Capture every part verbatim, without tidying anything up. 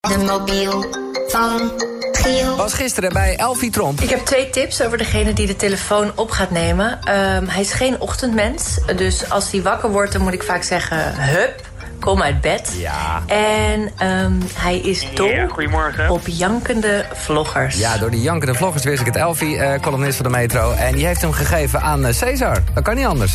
De mobiel van Giel. Was gisteren bij Elfie Tromp. Ik heb twee tips over degene die de telefoon op gaat nemen. Um, hij is geen ochtendmens. Dus als hij wakker wordt, dan moet ik vaak zeggen... Hup, kom uit bed. Ja. En um, hij is dol Ja, goedemorgen. op jankende vloggers. Ja, door die jankende vloggers wist ik het. Elfie, uh, columnist van de Metro. En die heeft hem gegeven aan uh, Cesar. Dat kan niet anders.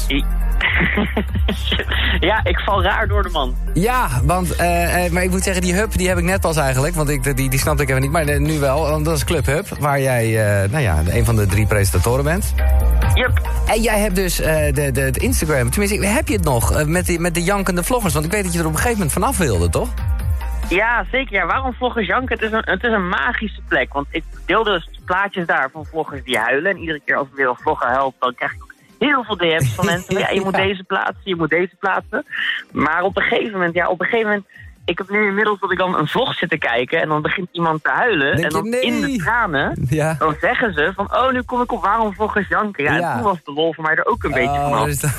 Ja, ik val raar door de man. Ja, want, uh, uh, maar ik moet zeggen, die hub die heb ik net pas eigenlijk. Want ik, die, die snapte ik even niet, maar uh, nu wel. Want dat is Club Hub, waar jij uh, nou ja, een van de drie presentatoren bent. Yep. En jij hebt dus uh, de, de, het Instagram. Tenminste, heb je het nog uh, met, die, met de jankende vloggers? Want ik weet dat je er op een gegeven moment vanaf wilde, toch? Ja, zeker. Ja, waarom vloggers janken? Het is, een, het is een magische plek. Want ik deelde dus plaatjes daar van vloggers die huilen. En iedere keer als ik weer een vlogger helpt, dan krijg ik ook heel veel D M's van mensen. Ja, je moet deze plaatsen, je moet deze plaatsen. Maar op een gegeven moment, ja, op een gegeven moment... Ik heb nu inmiddels dat ik dan een vlog zit te kijken... en dan begint iemand te huilen. Denk en dan je, nee. in de tranen, Ja. dan zeggen ze van... oh, nu kom ik op waarom vloggers janken. Ja, Ja. en toen was de lol voor mij er ook een beetje Oh, vanaf. dat is dat...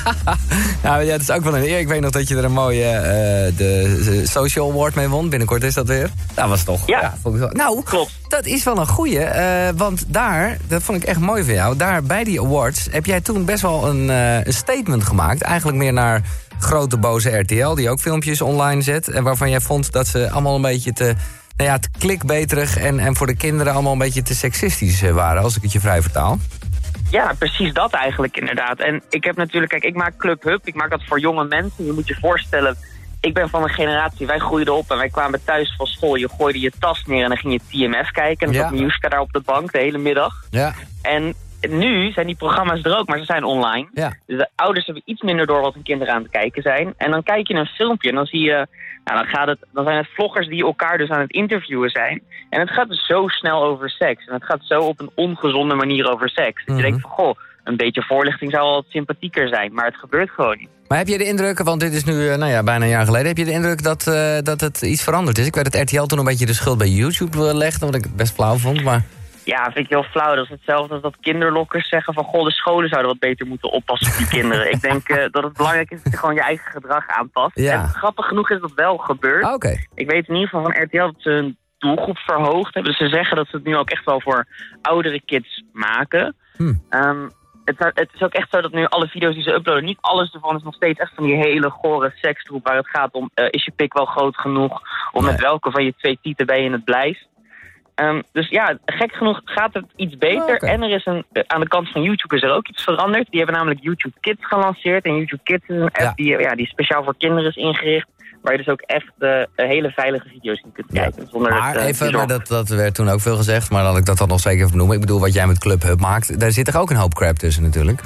nou ja, het is ook wel een eer. Ik weet nog dat je er een mooie uh, de, de Social Award mee won. Binnenkort is dat weer. Dat was toch... Ja. ja vond ik wel... Nou, Klopt. dat is wel een goeie. Uh, want daar, dat vond ik echt mooi van jou... daar bij die awards heb jij toen best wel een, uh, een statement gemaakt. Eigenlijk meer naar grote boze R T L... die ook filmpjes online zet. En waarvan jij vond dat ze allemaal een beetje te... nou ja, te klikbeterig en, en voor de kinderen allemaal een beetje te seksistisch waren... als ik het je vrij vertaal. Ja, precies dat eigenlijk inderdaad. En ik heb natuurlijk, kijk, ik maak Club Hub. Ik maak dat voor jonge mensen. Je moet je voorstellen, ik ben van een generatie, wij groeiden op en wij kwamen thuis van school. Je gooide je tas neer en dan ging je T M F kijken. En dan Ja. zat Nieuwska daar op de bank de hele middag. Ja. En nu zijn die programma's er ook, maar ze zijn online. Ja. Dus de ouders hebben iets minder door wat hun kinderen aan het kijken zijn. En dan kijk je een filmpje en dan zie je... Nou, dan, gaat het, dan zijn het vloggers die elkaar dus aan het interviewen zijn. En het gaat dus zo snel over seks. En het gaat zo op een ongezonde manier over seks. Dat je Mhm. denkt van, goh, een beetje voorlichting zou wel wat sympathieker zijn. Maar het gebeurt gewoon niet. Maar heb je de indruk, want dit is nu uh, nou ja, bijna een jaar geleden... heb je de indruk dat, uh, dat het iets veranderd is? Ik weet dat R T L toen een beetje de schuld bij YouTube legde... wat ik het best flauw vond, maar... Ja, vind ik heel flauw. Dat is hetzelfde als dat kinderlokkers zeggen van... goh, de scholen zouden wat beter moeten oppassen op die kinderen. Ik denk uh, dat het belangrijk is dat je gewoon je eigen gedrag aanpast. Ja. En grappig genoeg is dat wel gebeurd. Ah, Oké. Ik weet in ieder geval van R T L dat ze een doelgroep verhoogd hebben. Dus ze zeggen dat ze het nu ook echt wel voor oudere kids maken. Hm. Um, het, het is ook echt zo dat nu alle video's die ze uploaden... niet alles ervan is nog steeds echt van die hele gore sekstroep... waar het gaat om, uh, is je pik wel groot genoeg? Of Nee. met welke van je twee tieten ben je het blijst? Um, dus ja, gek genoeg gaat het iets beter. Oh, okay. En er is een, aan de kant van YouTube is er ook iets veranderd. Die hebben namelijk YouTube Kids gelanceerd. En YouTube Kids is een app Ja. die, ja, die speciaal voor kinderen is ingericht. Waar je dus ook echt uh, hele veilige video's in kunt Ja. kijken. Zonder Maar het, uh, even, te maar zorgen. dat, dat werd toen ook veel gezegd... maar laat ik dat dan nog zeker even benoemen. Ik bedoel, wat jij met Club Hub maakt... daar zit toch ook een hoop crap tussen natuurlijk?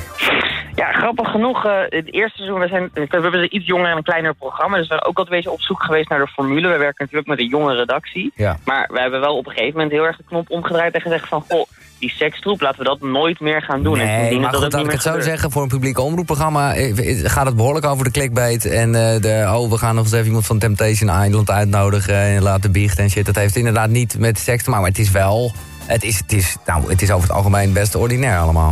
Ja, grappig genoeg. Uh, het eerste seizoen, we, zijn, we hebben een iets jonger en een kleiner programma. Dus we zijn ook altijd een beetje op zoek geweest naar de formule. We werken natuurlijk met een jonge redactie. Ja. Maar we hebben wel op een gegeven moment heel erg de knop omgedraaid en gezegd van... goh, die sekstroep, laten we dat nooit meer gaan doen. en Nee, sindsdien maar is dat goed, ook laat ik niet het meer zo gebeurd. zeggen... voor een publieke omroepprogramma eh, gaat het behoorlijk over de clickbait... en uh, de, oh, we gaan nog eens even iemand van Temptation Island uitnodigen... en laten biechten en shit. Dat heeft inderdaad niet met seks te maken, maar het is wel... Het is, het is, nou, het is over het algemeen best ordinair allemaal.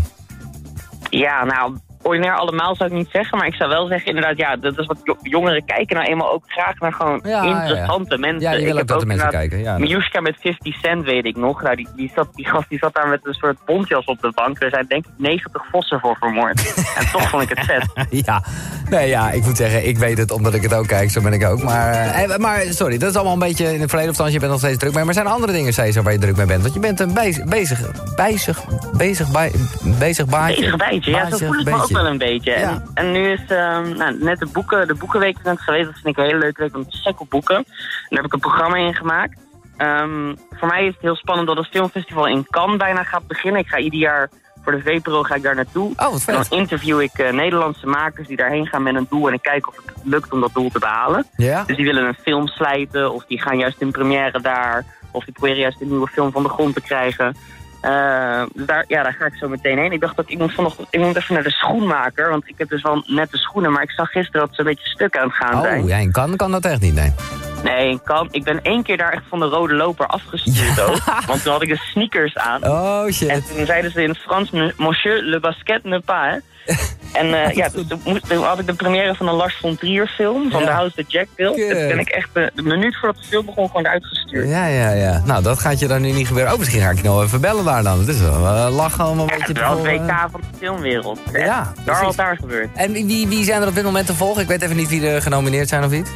Ja, nou, ordinair allemaal zou ik niet zeggen. Maar ik zou wel zeggen, inderdaad, ja, dat is wat jo- jongeren kijken nou eenmaal ook graag naar gewoon Ja, ja, ja. interessante mensen. Ja, je wil Ik ook heb dat de mensen inderdaad kijken. Ja, Mijushka met fifty cent, weet ik nog. Nou, die, die, zat, die gast die zat daar met een soort bontjas op de bank. Er zijn denk ik negentig vossen voor vermoord. En toch vond ik het vet. ja. Nee, ja, ik moet zeggen, ik weet het omdat ik het ook kijk. Zo ben ik ook. Maar, eh, maar sorry, dat is allemaal een beetje in het verleden of thans. Je bent nog steeds druk mee. Maar er zijn andere dingen, Cesar, waar je druk mee bent. Want je bent een bezig, bezig, bezig, bezig, bij, bezig baantje. Bezig bijtje, ja, zo Baasje, voel ik me ook beetje. wel een beetje. Ja. En, en nu is um, nou, net de, boeken, de boekenweek is net geweest. Dat vind ik een hele leuke week, want ik check op boeken. En daar heb ik een programma in gemaakt. Um, voor mij is het heel spannend dat het filmfestival in Cannes bijna gaat beginnen. Ik ga ieder jaar voor de VPRO ga ik daar naartoe. Oh, wat En dan vet. interview ik uh, Nederlandse makers die daarheen gaan met een doel. En ik kijk of het lukt om dat doel te behalen. Ja? Dus die willen een film slijten, of die gaan juist in première daar. Of die proberen juist een nieuwe film van de grond te krijgen. Uh, dus daar, ja, daar ga ik zo meteen heen. Ik dacht dat ik moet vanochtend, ik moet even naar de schoenmaker. Want ik heb dus wel nette schoenen. Maar ik zag gisteren dat ze een beetje stuk aan het gaan zijn. Oh, ja, in kan, kan dat echt niet, nee. Nee, ik, kan, ik ben één keer daar echt van de rode loper afgestuurd Ja. ook. Want toen had ik de sneakers aan. Oh, En shit. toen zeiden ze in het Frans, monsieur, le basket ne pas, hè. En uh, ja, dus toen, moest, toen had ik de première van een Lars von Trier film, van Ja. The House That Jack Built. Kut. En toen ben ik echt uh, de minuut voordat de film begon gewoon eruit gestuurd. Ja, ja, ja. Nou, dat gaat je dan nu niet gebeuren. Oh, misschien ga ik je nog even bellen daar dan. Het is wel uh, lachen om een Ja, beetje het te is wel het volgen. W K van de filmwereld. Ja, Ja, daar precies. wat daar gebeurt. En wie, wie zijn er op dit moment te volgen? Ik weet even niet wie er genomineerd zijn of niet.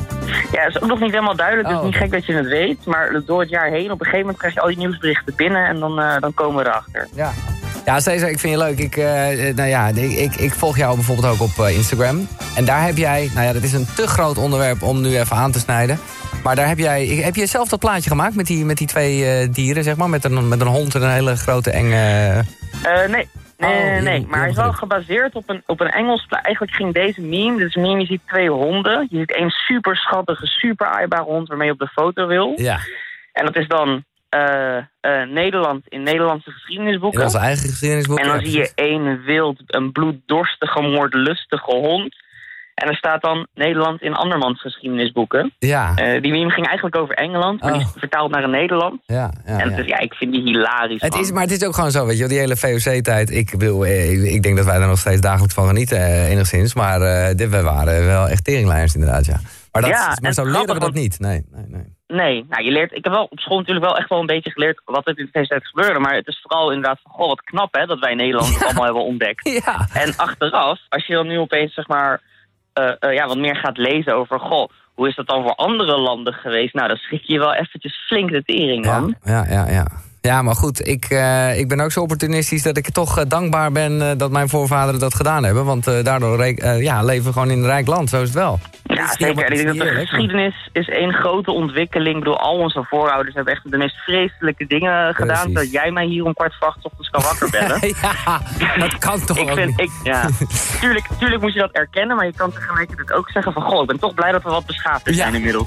Ja, het is ook nog niet helemaal duidelijk, dus Oh, niet oké. gek dat je het weet. Maar door het jaar heen, op een gegeven moment krijg je al die nieuwsberichten binnen en dan, uh, dan komen we erachter. Ja. Ja, Cesar, ik vind je leuk. Ik, uh, nou ja, ik, ik, ik volg jou bijvoorbeeld ook op uh, Instagram. En daar heb jij, nou ja, dat is een te groot onderwerp om nu even aan te snijden. Maar daar heb jij, heb je zelf dat plaatje gemaakt met die, met die twee uh, dieren, zeg maar? Met een, met een hond en een hele grote enge... Uh, nee. Nee, Oh, nee, nee. je- Maar hij is wel gebaseerd op een, op een Engels pla- Eigenlijk ging deze meme, dit is een meme, je ziet twee honden. Je ziet één super schattige, super aaibare hond waarmee je op de foto wil. Ja, En dat is dan uh, uh, Nederland in Nederlandse in geschiedenisboeken. onze eigen geschiedenisboek. En dan Ja, zie je één wild, een bloeddorstige, moordlustige hond. En er staat dan Nederland in andermans geschiedenisboeken. Ja, Uh, die meme ging eigenlijk over Engeland, maar die Oh. is vertaald naar een Nederland. ja, ja. En ja. dus, ja, ik vind die hilarisch. Het man. is, maar het is ook gewoon zo, weet je wel, die hele V O C-tijd. Ik, bedoel, eh, ik, ik denk dat wij er nog steeds dagelijks van genieten, eh, enigszins. Maar uh, dit, we waren wel echt teringlijers inderdaad, ja. Maar, dat, Ja, maar en zo leren we grappig, dat want- niet. Nee, nee, nee. Nee, nou, je leert, ik heb wel op school natuurlijk wel echt wel een beetje geleerd wat er in deze tijd gebeurde. Maar het is vooral inderdaad van, goh, wat knap hè, dat wij Nederland het allemaal hebben ontdekt. Ja, En achteraf, als je dan nu opeens zeg maar, uh, uh, ja, wat meer gaat lezen over, goh, hoe is dat dan voor andere landen geweest? Nou, dan schrik je je wel eventjes flink de tering, ja, man. ja, ja, ja. Ja, maar goed, ik, uh, ik ben ook zo opportunistisch dat ik toch uh, dankbaar ben uh, dat mijn voorvaderen dat gedaan hebben. Want uh, daardoor re- uh, ja, leven we gewoon in een rijk land, zo is het wel. Ja, Het is niet zeker. helemaal- En ik denk het dat is de niet eerlijk, geschiedenis is één grote ontwikkeling. Ik bedoel, al onze voorouders hebben echt de meest vreselijke dingen gedaan. Precies. Dat jij mij hier om kwart voor acht 's ochtends kan wakker bellen. maar- Ja, dat kan toch Ik ook vind, niet. ik, ja, tuurlijk, tuurlijk moet je dat erkennen, maar je kan tegelijkertijd ook zeggen van, goh, ik ben toch blij dat we wat beschaafder Ja. zijn inmiddels.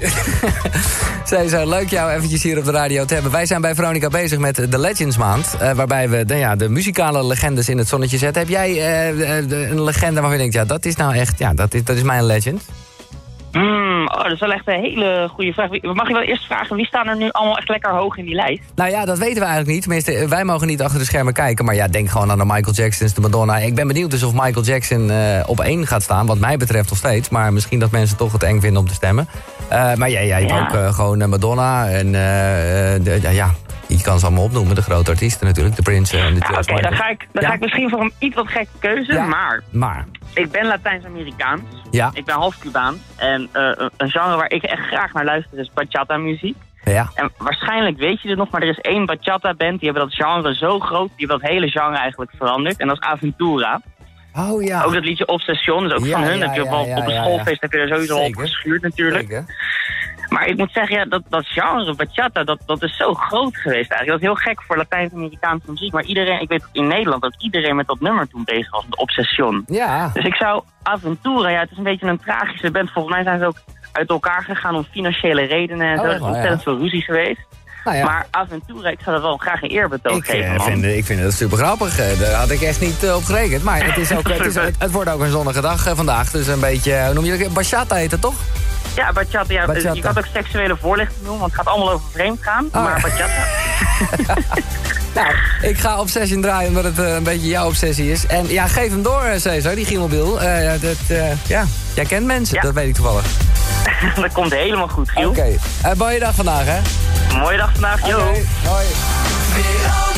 Cesar, leuk jou eventjes hier op de radio te hebben. Wij zijn bij Veronica bezig met de Legends Maand. Uh, waarbij we de, ja, de muzikale legendes in het zonnetje zetten. Heb jij uh, de, een legende waarvan je denkt, ja, dat is nou echt, ja, dat is, dat is mijn legend? Hmm, oh, dat is wel echt een hele goede vraag. Wie- Mag je wel eerst vragen, wie staan er nu allemaal echt lekker hoog in die lijst? Nou ja, dat weten we eigenlijk niet. Tenminste, wij mogen niet achter de schermen kijken. Maar ja, denk gewoon aan de Michael Jacksons, de Madonna. Ik ben benieuwd dus of Michael Jackson uh, op één gaat staan. Wat mij betreft nog steeds. Maar misschien dat mensen toch het eng vinden om te stemmen. Uh, maar jij, jij hebt Ja. ook uh, gewoon uh, Madonna. En uh, de, ja, ja, je kan ze allemaal opnoemen. De grote artiesten natuurlijk. De Prince en de Ja, George Oké, dan, Michael. ga ik, dan Ja. ga ik misschien voor een iets wat gekke keuze, Ja. maar Maar, ik ben Latijns-Amerikaans. ja, Ik ben half Cubaans. En uh, een genre waar ik echt graag naar luister is bachata-muziek. ja. En waarschijnlijk weet je het nog, maar er is één bachata-band. Die hebben dat genre zo groot, die hebben dat hele genre eigenlijk veranderd. En dat is Aventura. Oh ja. Ook dat liedje Obsession, is ook Ja, van hun. ja, heb je ja, wel, ja, op een ja, schoolfeest heb je er sowieso al op Zeker. geschuurd natuurlijk. Zeker. Maar ik moet zeggen, ja, dat, dat genre bachata, dat, dat is zo groot geweest eigenlijk. Dat is heel gek voor Latijns-Amerikaanse muziek. Maar iedereen, ik weet in Nederland dat iedereen met dat nummer toen bezig was, met Obsession. Ja. Dus ik zou Aventura, ja, het is een beetje een tragische band. Volgens mij zijn ze ook uit elkaar gegaan om financiële redenen en Oh, zo. Er echt is waar, ontzettend ja. veel ruzie geweest. Nou ja. Maar Aventura, ik zou dat wel graag een eerbetoon Ik, geven, eh, man. vind, ik vind het super grappig. Eh, Daar had ik echt niet uh, op gerekend. Maar het, is ook, het, is, het, het wordt ook een zonnige dag uh, vandaag. Dus een beetje, uh, hoe noem je dat? Bachata heet het toch? Ja, bachata, ja, Bachata. je kan het ook seksuele voorlichting noemen, want het gaat allemaal over vreemd gaan. Oh, maar ja. bachata... Nou, ik ga Obsession draaien omdat het uh, een beetje jouw obsessie is. En ja, geef hem door, uh, Cesar, die Gielmobiel. Uh, dat, uh, ja, jij kent mensen, Ja. dat weet ik toevallig. dat komt helemaal goed, Oké, Giel. okay. uh, mooie dag vandaag, hè? Mooie dag vandaag, yo. Oké, hoi.